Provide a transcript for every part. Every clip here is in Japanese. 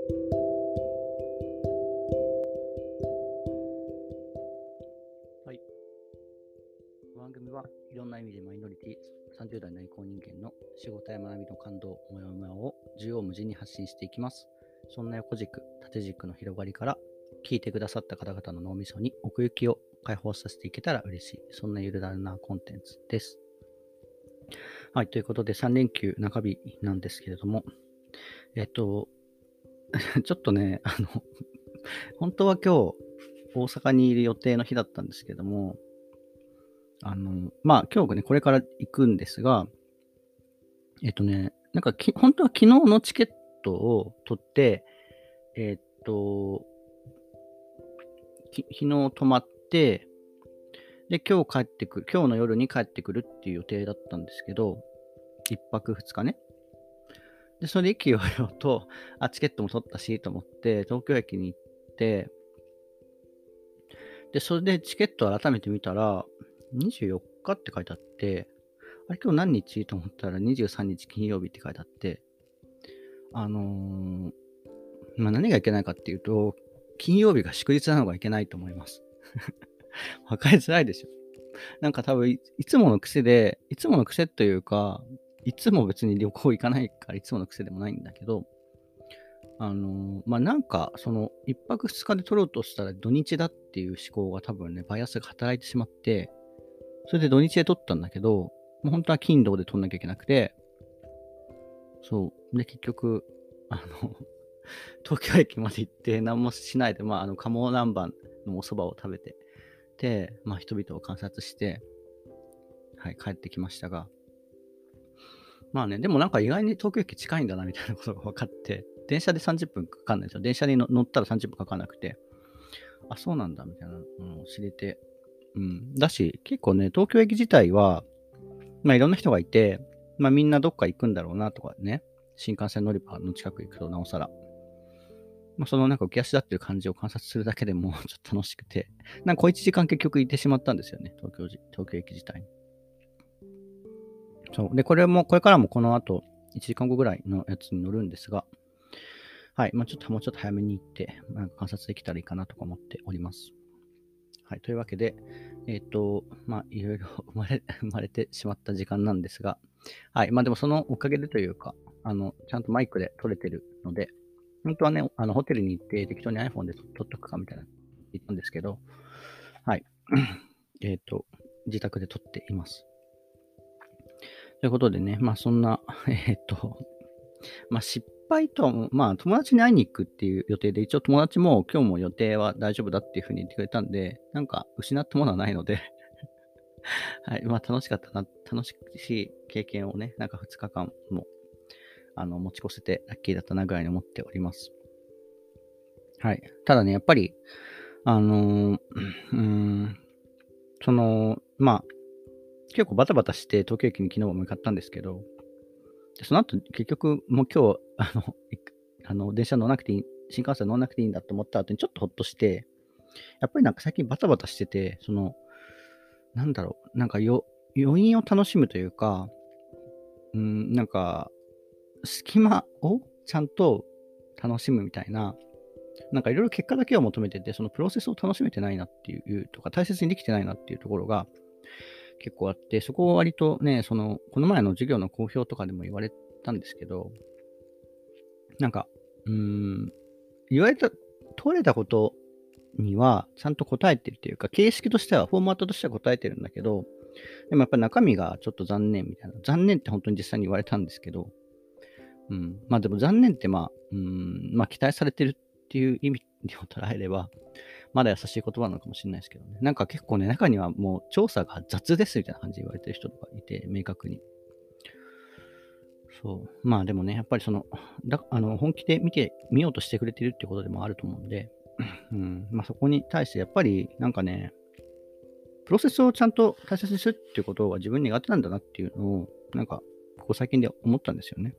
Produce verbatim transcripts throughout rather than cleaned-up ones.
はい。番組はいろんな意味でマイノリティ、さんじゅう代内向人間の仕事や学びの感動、もやもやを縦横無尽に発信していきます。そんな横軸、縦軸の広がりから、聞いてくださった方々の脳みそに奥行きを解放させていけたら嬉しい、そんなゆるだるなコンテンツです。はい、ということでさん連休中日なんですけれども、えっと、ちょっとね、あの、本当は今日、大阪にいる予定の日だったんですけども、あの、まあ、今日ね、これから行くんですが、えっとね、なんかき、本当は昨日のチケットを取って、えっと、き昨日泊まって、で、今日帰ってくる、今日の夜に帰ってくるっていう予定だったんですけど、一泊二日ね。で、それで意気揚々と、あ、チケットも取ったしと思って、東京駅に行って、で、それでチケットを改めて見たら、にじゅうよっかって書いてあって、あれ今日何日と思ったらにじゅうさんにち金曜日って書いてあって、あのー、まあ、何がいけないかっていうと、金曜日が祝日なのがいけないと思います。わかりづらいでしょ。なんか多分い、いつもの癖で、いつもの癖というか、いつも別に旅行行かないからいつもの癖でもないんだけど、あのー、まあ、なんか、その、一泊二日で取ろうとしたら土日だっていう思考が多分ね、バイアスが働いてしまって、それで土日で取ったんだけど、もう本当は金土で取んなきゃいけなくて、そう。で、結局、あの、東京駅まで行って何もしないで、まあ、あの、鴨南蛮のお蕎麦を食べて、で、まあ、人々を観察して、はい、帰ってきましたが、まあね、でもなんか意外に東京駅近いんだなみたいなことが分かって、電車でさんじゅっぷんかかんないんですよ。電車に乗ったらさんじゅっぷんかかんなくて、あ、そうなんだみたいなのを知れて、うん。だし、結構ね、東京駅自体は、まあいろんな人がいて、まあみんなどっか行くんだろうなとかね、新幹線乗り場の近く行くとなおさら、まあ、そのなんか浮き足立ってる感じを観察するだけでもちょっと楽しくて、なんか小いちじかん結局行ってしまったんですよね、東京じ東京駅自体に。そう。で、これも、これからもこの後、いちじかんごぐらいのやつに乗るんですが、はい。まあちょっともうちょっと早めに行って、なんか観察できたらいいかなとか思っております。はい。というわけで、えっ、と、まあいろいろ生まれ、生まれてしまった時間なんですが、はい。まあでもそのおかげでというか、あの、ちゃんとマイクで撮れてるので、本当はね、あの、ホテルに行って適当に iPhone で撮っとくかみたいな言ったんですけど、はい。えっと、自宅で撮っています。ということでね、まあそんな、えっと、まあ失敗とは、まあ友達に会いに行くっていう予定で、一応友達も今日も予定は大丈夫だっていうふうに言ってくれたんで、なんか失ったものはないのではい。まあ楽しかったな、楽しい経験をね、なんかふつかかんも、あの、持ち越せてラッキーだったなぐらいに思っております。はい。ただね、やっぱり、あのー、うーん、その、まあ、結構バタバタして東京駅に昨日も向かったんですけど、でその後結局もう今日、あの、いくあの電車乗らなくていい、新幹線乗らなくていいんだと思った後にちょっとほっとして、やっぱりなんか最近バタバタしてて、その、なんだろう、なんかよ余韻を楽しむというか、うーん、なんか、隙間をちゃんと楽しむみたいな、なんかいろいろ結果だけを求めてて、そのプロセスを楽しめてないなっていうとか、大切にできてないなっていうところが結構あって、そこを割とね、その、この前の授業の講評とかでも言われたんですけど、なんか、うーん、言われた、問われたことにはちゃんと答えてるというか、形式としては、フォーマットとしては答えてるんだけど、でもやっぱり中身がちょっと残念みたいな。残念って本当に実際に言われたんですけど、うん。まあでも残念ってまあ、うん、まあ期待されてるっていう意味を捉えれば、まだ優しい言葉なのかもしれないですけどね。なんか結構ね、中にはもう調査が雑ですみたいな感じで言われてる人とかいて、明確に。そう。まあでもね、やっぱりその、だあの本気で見て、見ようとしてくれてるってことでもあると思うんで、うん。まあそこに対してやっぱりなんかね、プロセスをちゃんと大切にするっていうことは自分苦手なんだなっていうのを、なんか、ここ最近で思ったんですよね。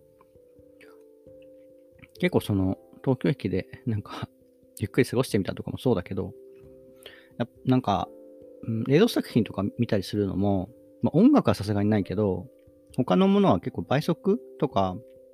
結構その、東京駅でなんかゆっくり過ごしてみたとかもそうだけど、やなんか、うん、映像作品とか見たりするのも、まあ、音楽はさすがにないけど、他のものは結構倍速とか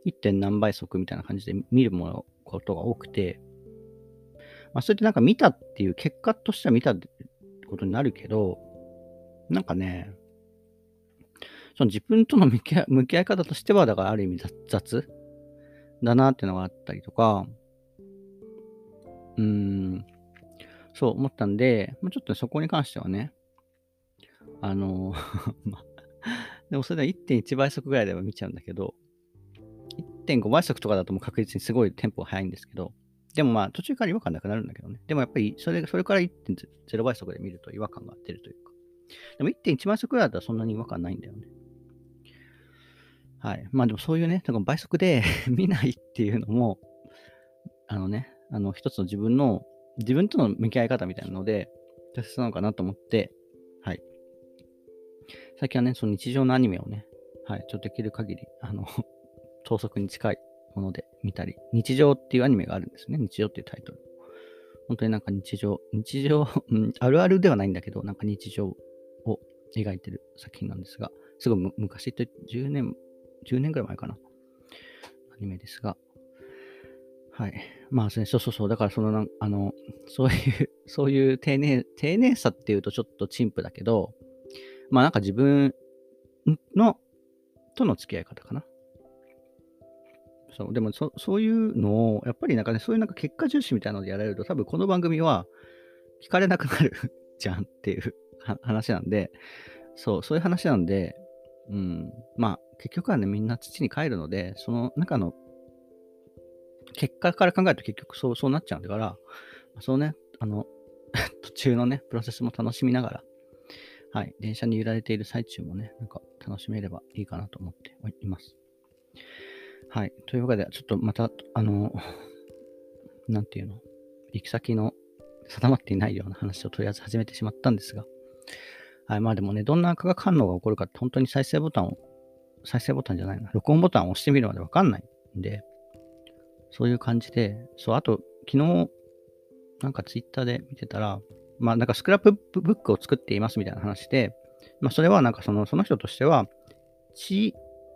いってん何倍速みたいな感じで見るものことが多くて、まあ、それってなんか見たっていう結果としては見たことになるけど、なんかね、その自分との向き合い向き合い方としては、だからある意味雑雑だなっていうのがあったりとか、うーん、そう思ったんで、まあ、ちょっとそこに関してはね、あの、まあ、でもそれでいってんいち倍速ぐらいでは見ちゃうんだけど、いってんご倍速とかだともう確実にすごいテンポが速いんですけど、でもまあ途中から違和感なくなるんだけどね。でもやっぱりそれそれからいってんゼロ倍速で見ると違和感が出るというか。でもいってんいち倍速ぐらいだったらそんなに違和感ないんだよね。はい。まあでもそういうね、なんか倍速で見ないっていうのも、あのね、あの一つの自分の、自分との向き合い方みたいなので、大切なのかなと思って、はい。最近はね、その日常のアニメをね、はい、ちょっとできる限り、あの、等速に近いもので見たり、日常っていうアニメがあるんですね。日常っていうタイトル。本当になんか日常、日常、うん、あるあるではないんだけど、なんか日常を描いてる作品なんですが、すごい昔ってじゅうねん、じゅうねんぐらい前かな。アニメですが、はい。まあ、そうそうそう。だから、そのなん、あの、そういう、そういう丁寧、丁寧さっていうとちょっと陳腐だけど、まあなんか自分の、との付き合い方かな。そう、でもそ、そういうのを、やっぱりなんかね、そういうなんか結果重視みたいなのでやられると、多分この番組は聞かれなくなるじゃんっていう話なんで、そう、そういう話なんで、うん、まあ、結局はね、みんな土に帰るので、その中の結果から考えると結局そう、そうなっちゃうんだから、そうね、あの、途中のね、プロセスも楽しみながら、はい、電車に揺られている最中もね、なんか楽しめればいいかなと思っています。はい。というわけで、ちょっとまた、あの、なんていうの、行き先の定まっていないような話をとりあえず始めてしまったんですが、はい。まあでもね、どんな化学反応が起こるかって本当に再生ボタンを、再生ボタンじゃないな、録音ボタンを押してみるまでわかんないんで、そういう感じで、そう、あと、昨日、なんかツイッターで見てたら、まあなんかスクラップブックを作っていますみたいな話で、まあそれはなんかその、その人としては、知、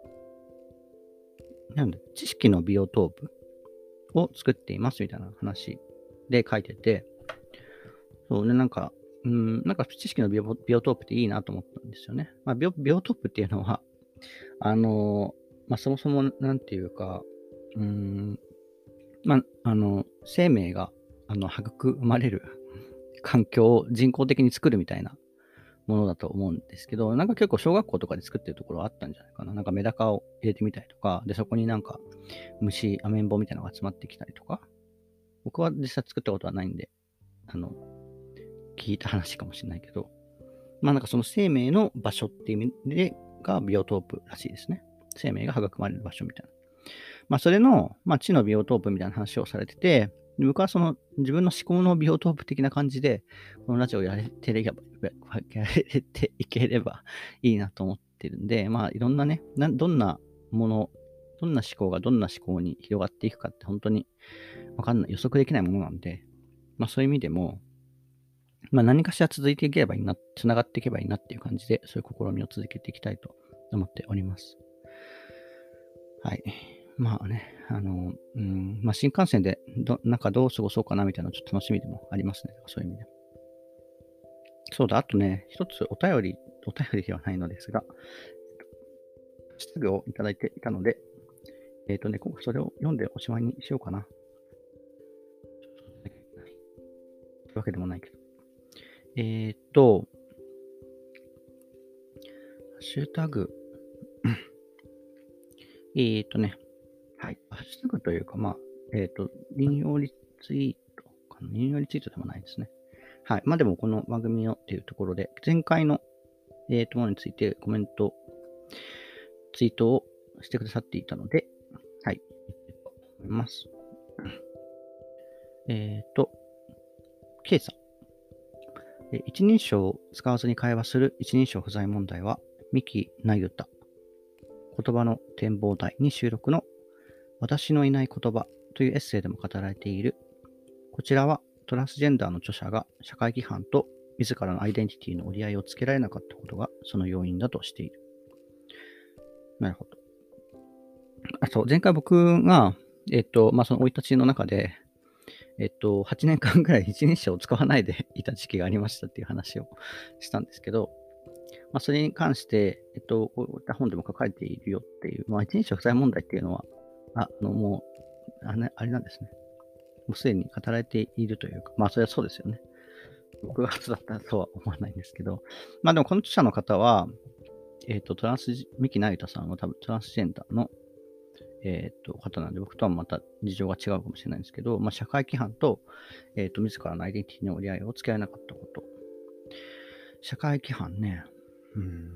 なんだ、知識のビオトープを作っていますみたいな話で書いてて、そうね、なんか、うん、なんか知識のビオビオトープっていいなと思ったんですよね。まあビオ、ビオトープっていうのは、あのまあそもそもなんていうか、うん、まあ、あの、生命が、あの、育まれる環境を人工的に作るみたいなものだと思うんですけど、なんか結構小学校とかで作ってるところあったんじゃないかな。なんかメダカを入れてみたりとか、で、そこになんか虫、アメンボみたいなのが集まってきたりとか、僕は実際作ったことはないんで、あの、聞いた話かもしれないけど、まあなんかその生命の場所っていう意味でがビオトープらしいですね。生命が育まれる場所みたいな。まあそれの、まあ知のビオトープみたいな話をされてて、僕はその自分の思考のビオトープ的な感じで、このラジオをやれてれば、やれていければいいなと思ってるんで、まあいろんなね、などんなもの、どんな思考がどんな思考に広がっていくかって本当にわかんない、予測できないものなんで、まあそういう意味でも、まあ何かしら続いていければいいな、つながっていけばいいなっていう感じで、そういう試みを続けていきたいと思っております。はい。まあね、あの、うん、まあ新幹線でど、なんかどう過ごそうかなみたいなちょっと楽しみでもありますね。そういう意味で。そうだ、あとね、一つお便り、お便りではないのですが、ハッシュタグをいただいていたので、えっ、ー、とね、今回それを読んでおしまいにしようかな。というわけでもないけど。えっ、ー、と、ハッシュタグ、えっとね、はい。ハッシュタグというか、まあ、えっ、ー、と、引用リツイートかな。引用リツイートでもないですね。はい。まあでも、この番組のっていうところで、前回の、えー、とものについてコメント、ツイートをしてくださっていたので、はい。思います。えっ、ー、と、K さん。一人称を使わずに会話する一人称不在問題は、三木那由他、言葉の展望台に収録の私のいない言葉というエッセイでも語られている。こちらはトランスジェンダーの著者が社会規範と自らのアイデンティティの折り合いをつけられなかったことがその要因だとしている。なるほど。 あ、そう、前回僕が、えっと、まあ、その生い立ちの中で、えっと、はちねんかんぐらい一人称を使わないでいた時期がありましたっていう話をしたんですけど、まあ、それに関して、えっと、こういった本でも書かれているよっていう、まあ、一人称不在問題っていうのは、ああの、もう、あれあれなんですね。もうすでに語られているというか、まあ、それはそうですよね。僕が初だったとは思わないんですけど、まあでもこの著者の方は、えっと、トランスジ、三木成田さんは多分トランスジェンダーの、えっと、方なんで、僕とはまた事情が違うかもしれないんですけど、まあ、社会規範と、えっと、自らのアイデンティティの折り合いをつけられなかったこと。社会規範ね。うーん。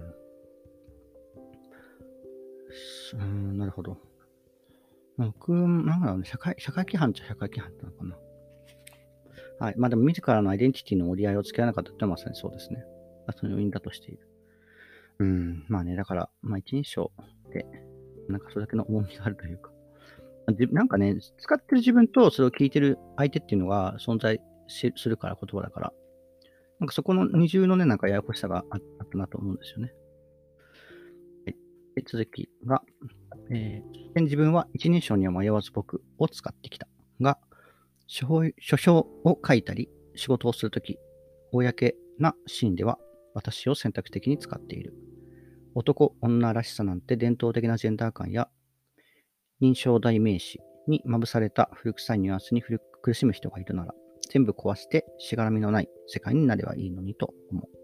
うーん、なるほど。僕、なんだろうね、社会、社会規範っちゃ社会規範なのかな。はい。まあでも、自らのアイデンティティの折り合いをつけられなかったってのはまさにそうですね。その要因だとしている。うん。まあね、だから、まあ一人称で、なんかそれだけの重みがあるというか。じなんかね、使ってる自分とそれを聞いてる相手っていうのが存在しするから、言葉だから。なんかそこの二重のね、なんかややこしさがああったなと思うんですよね。はい。で、続きが、えー、自分は一人称には迷わず僕を使ってきた。が、書評書評を書いたり、仕事をするとき、公なシーンでは私を選択的に使っている。男、女らしさなんて伝統的なジェンダー感や認証代名詞にまぶされた古臭いニュアンスに苦しむ人がいるなら、全部壊してしがらみのない世界になればいいのにと思う。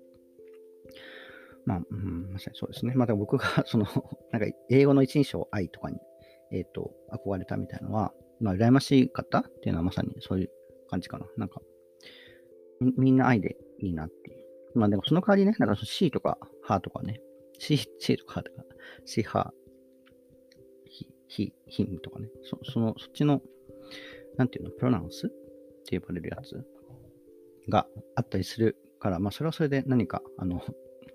まあ、うん、まさにそうですね。また僕が、その、なんか、英語の一人称愛とかに、えっ、と、憧れたみたいなのは、まあ、羨ましかったっていうのはまさにそういう感じかな。なんか、みみんな愛でいいなっていう。まあでもその代わりね、なんかその C とか、ハとかね、C、C とかハとか、C、ハ、ヒ、ヒ、ヒンとかね、そその、そっちの、なんていうの、プロナウンスって呼ばれるやつがあったりするから、まあそれはそれで何か、あの、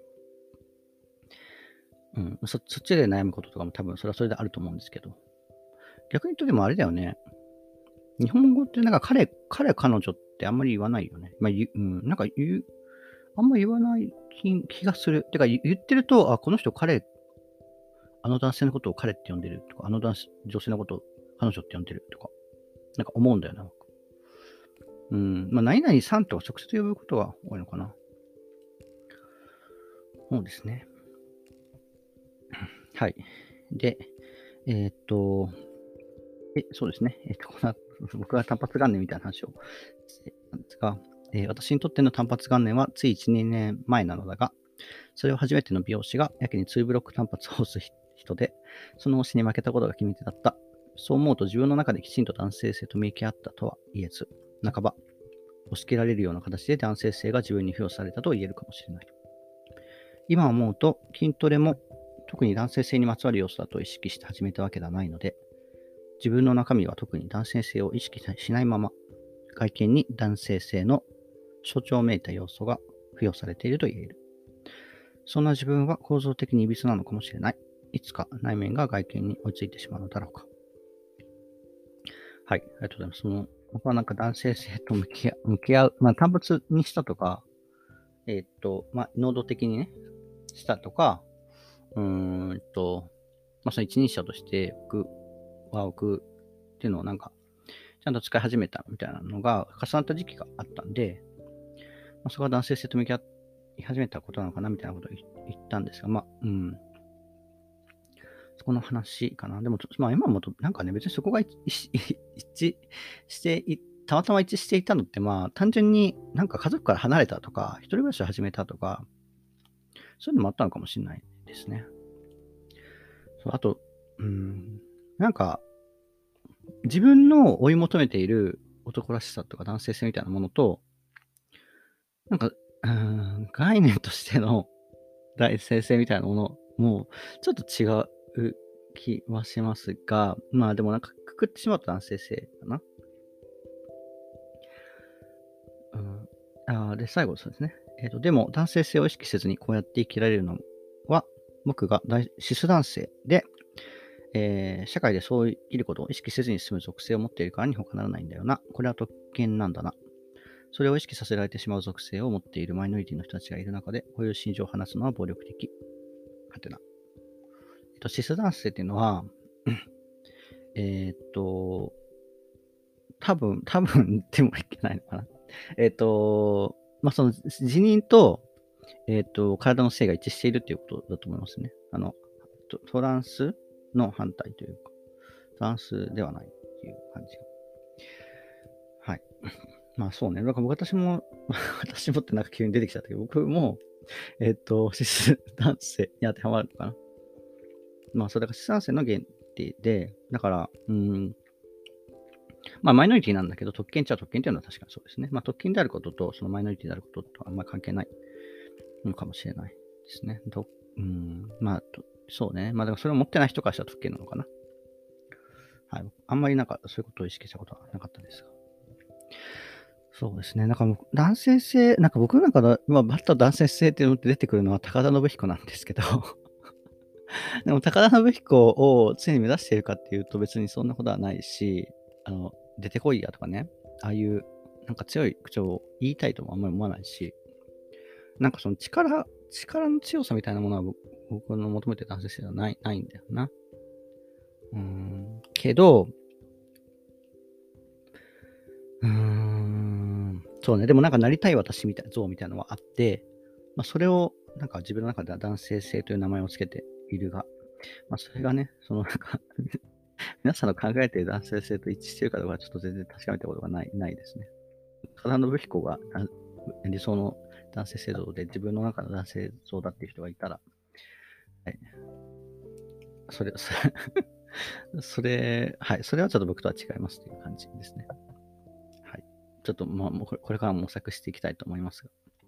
うん、そそっちで悩むこととかも多分それはそれであると思うんですけど、逆に言うとでもあれだよね、日本語ってなんか彼、彼、彼女ってあんまり言わないよね。まあ、言ううん、なんか言う、あんま言わない気気がする。てか言言ってると、あ、この人彼、あの男性のことを彼って呼んでるとか、あの男性女性のことを彼女って呼んでるとか、なんか思うんだよな。うん。まあ、何々さんとか直接呼ぶことが多いのかな。そうですね。はい。で、えーっと、え、そうですね。えーっと、この後僕が単発元年みたいな話をしてたんですが、えー私にとっての単発元年はついいち、にねんまえなのだが、それを初めての美容師がやけにツーブロック単発を押す人で、その推しに負けたことが決め手だった。そう思うと自分の中できちんと男性性と向き合ったとは言えず、半ば押し切られるような形で男性性が自分に付与されたと言えるかもしれない。今思うと筋トレも特に男性性にまつわる要素だと意識して始めたわけではないので、自分の中身は特に男性性を意識しないまま、外見に男性性の象徴めいた要素が付与されていると言える。そんな自分は構造的に歪なのかもしれない。いつか内面が外見に追いついてしまうのだろうか。はい、ありがとうございます。その僕はなんか男性性と向き合う、向き合う、まあ単発にしたとか、えーっと、まあ能動的にね、したとか、うーんと、まあその一人称として僕は置くっていうのをなんか、ちゃんと使い始めたみたいなのが重なった時期があったんで、まあ、そこは男性性と向き合い始めたことなのかなみたいなことを言ったんですが、まあ、うん。そこの話かな。でも、まあ今もと、なんかね、別にそこが一致してい、たまたま一致していたのって、まあ単純になんか家族から離れたとか、一人暮らしを始めたとか、そういうのもあったのかもしれないですね。そうあと、うん、なんか、自分の追い求めている男らしさとか男性性みたいなものと、なんか、うーん、概念としての大性性みたいなものも、ちょっと違う気はしますが、まあでもなんかくくってしまうと男性性かな。うん、あで、最後そうですね。えっ、と、でも男性性を意識せずにこうやって生きられるのは、僕が大シス男性で、えー社会でそう生きることを意識せずに進む属性を持っているからに他ならないんだよな。これは特権なんだな。それを意識させられてしまう属性を持っているマイノリティの人たちがいる中で、こういう心情を話すのは暴力的。はてな。えっと、シス男性っていうのは、 えーっと、多分、多分でもいけないのかな。えーっと、まあ、その辞任と、えーっと、体の性が一致しているということだと思いますね。あの、トトランスの反対というか、トランスではないっていう感じが。はい。まあそうね。だから私も、私もってなんか急に出てきちゃったけど、僕も、えっと、シス男性に当てはまるのかな。まあ、それがシス男性の原理で、だから、うん、まあ、マイノリティなんだけど、特権っちゃ特権っていうのは確かにそうですね。まあ、特権であることと、そのマイノリティであることとはあんまり関係ないのかもしれないですね。とうん、まあ、そうね。まあ、でもそれを持ってない人からしたら特権なのかな。はい。あんまりなんか、そういうことを意識したことはなかったですが。そうですね。なんか男性性、なんか僕の中の、まあ、バッタ男性性っていうのって出てくるのは高田信彦なんですけど、でも高田信彦を常に目指しているかっていうと別にそんなことはないし、あの、出てこいやとかね、ああいうなんか強い口調を言いたいともあんまり思わないし、なんかその力、力の強さみたいなものは僕僕の求めてる男性性ではない、ないんだよな。うーん、けど、うーん、そうね、でもなんかなりたい私みたいな像みたいなのはあって、まあそれをなんか自分の中では男性性という名前をつけているが、まあそれがね、そのなんか皆さんの考えている男性性と一致しているかどうかはちょっと全然確かめたことがないないですね。片信彦があ理想の男性性像で自分の中の男性像だっていう人がいたら、はい、それ、それ、それ、はい、それはちょっと僕とは違いますという感じですね。はい。ちょっと、まあ、もうこれこれからも模索していきたいと思いますが。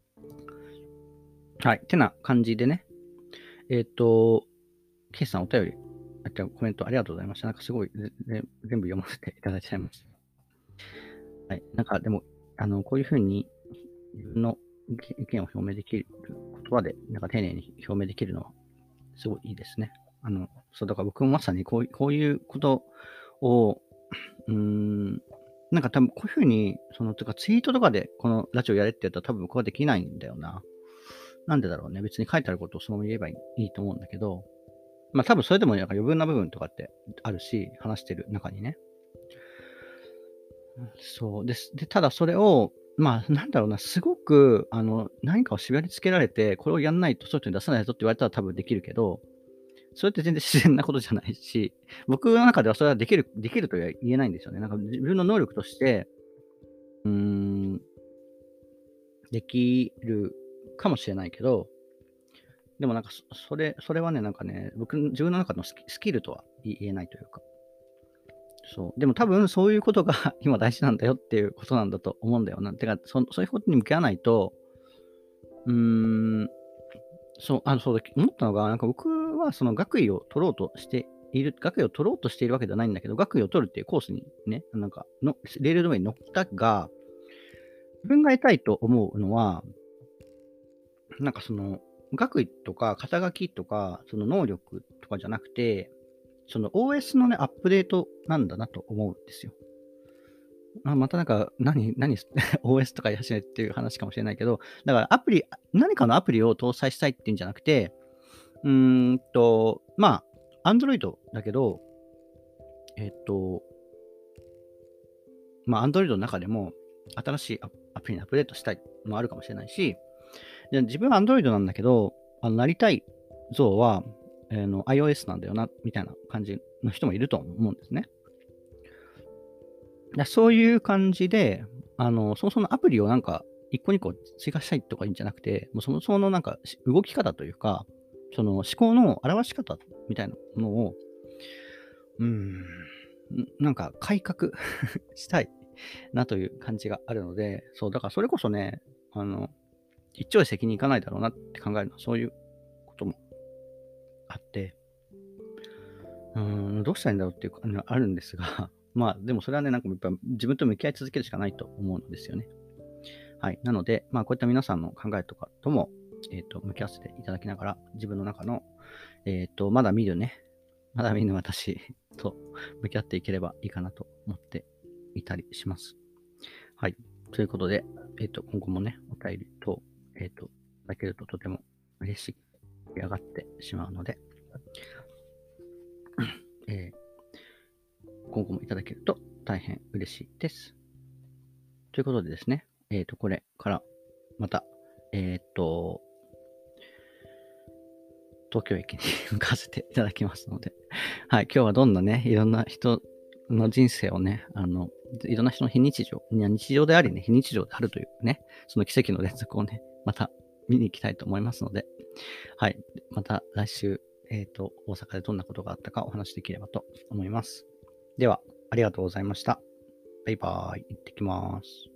はい。てな感じでね、えっ、と、ケイさんお便り、あじゃあコメントありがとうございました。なんかすごい、ぜぜ全部読ませていただいちゃいました。はい。なんかでも、あの、こういうふうに自分の意見を表明できる言葉で、なんか丁寧に表明できるのは、すごいいいですね。あの、そう、だから僕もまさにこういうこういうことを、うーん、なんか多分こういうふうに、その、とかツイートとかでこのラジオやれって言ったら多分僕はできないんだよな。なんでだろうね。別に書いてあることをそのまま言えばいいと思うんだけど、まあ多分それでもなんか余分な部分とかってあるし、話してる中にね。そうです。で、ただそれを、まあ、なんだろうな、すごく、あの、何かを縛り付けられて、これをやんないと外に出さないぞって言われたら多分できるけど、それって全然自然なことじゃないし、僕の中ではそれはできる、できるとは言えないんですよね。なんか自分の能力として、うーん、できるかもしれないけど、でもなんかそ、それ、それはね、なんかね、僕、自分の中のスキスキルとは言えないというか、そう。でも多分そういうことが今大事なんだよっていうことなんだと思うんだよな。てか、そそういうことに向き合わないと、うーん、そう、あの、そうだ、思ったのが、なんか僕はその学位を取ろうとしている、学位を取ろうとしているわけではないんだけど、学位を取るっていうコースにね、なんかの、レールの上に乗ったが、自分が得たいと思うのは、なんかその、学位とか肩書きとか、その能力とかじゃなくて、その オーエス のね、アップデートなんだなと思うんですよ。あ、またなんか、何、何、オーエス とか言い始めっていう話かもしれないけど、だからアプリ、何かのアプリを搭載したいっていうんじゃなくて、うーんと、まあ、Android だけど、えっと、まあ、Android の中でも、新しいアアプリにアップデートしたいのもあるかもしれないし、で自分は Android なんだけど、あのなりたい像は、えーの iOS なんだよな、みたいな感じの人もいると思うんですね。だそういう感じで、あの、そもそもアプリをなんか、一個二個追加したいとかいいんじゃなくて、もうそもそものなんかし動き方というか、その思考の表し方みたいなものを、うーん、んなんか改革したいなという感じがあるので、そう、だからそれこそね、あの、一朝一夕にいかないだろうなって考えるのはそういうこともあって、うーん、どうしたらいいんだろうっていうのはあるんですが、まあでもそれはね、なんかやっぱ自分と向き合い続けるしかないと思うんですよね。はい。なので、まあこういった皆さんの考えとかとも、えっ、と、向き合わせていただきながら、自分の中の、えっ、と、まだ見るね、まだ見ぬ私と向き合っていければいいかなと思っていたりします。はい。ということで、えっ、と、今後もね、お便りと、えっ、と、いただけるととても嬉しい、上がってしまうので、えー今後もいただけると大変嬉しいです。ということでですね、えっと、これからまた、えっと、東京駅に向かわせていただきますので、はい、今日はどんなね、いろんな人の人生をね、あの、いろんな人の非日常、いや日常でありね、非日常であるというね、その奇跡の連続をね、また見に行きたいと思いますので、はい、また来週、えっと、大阪でどんなことがあったかお話しできればと思います。では、ありがとうございました。バイバーイ。行ってきます。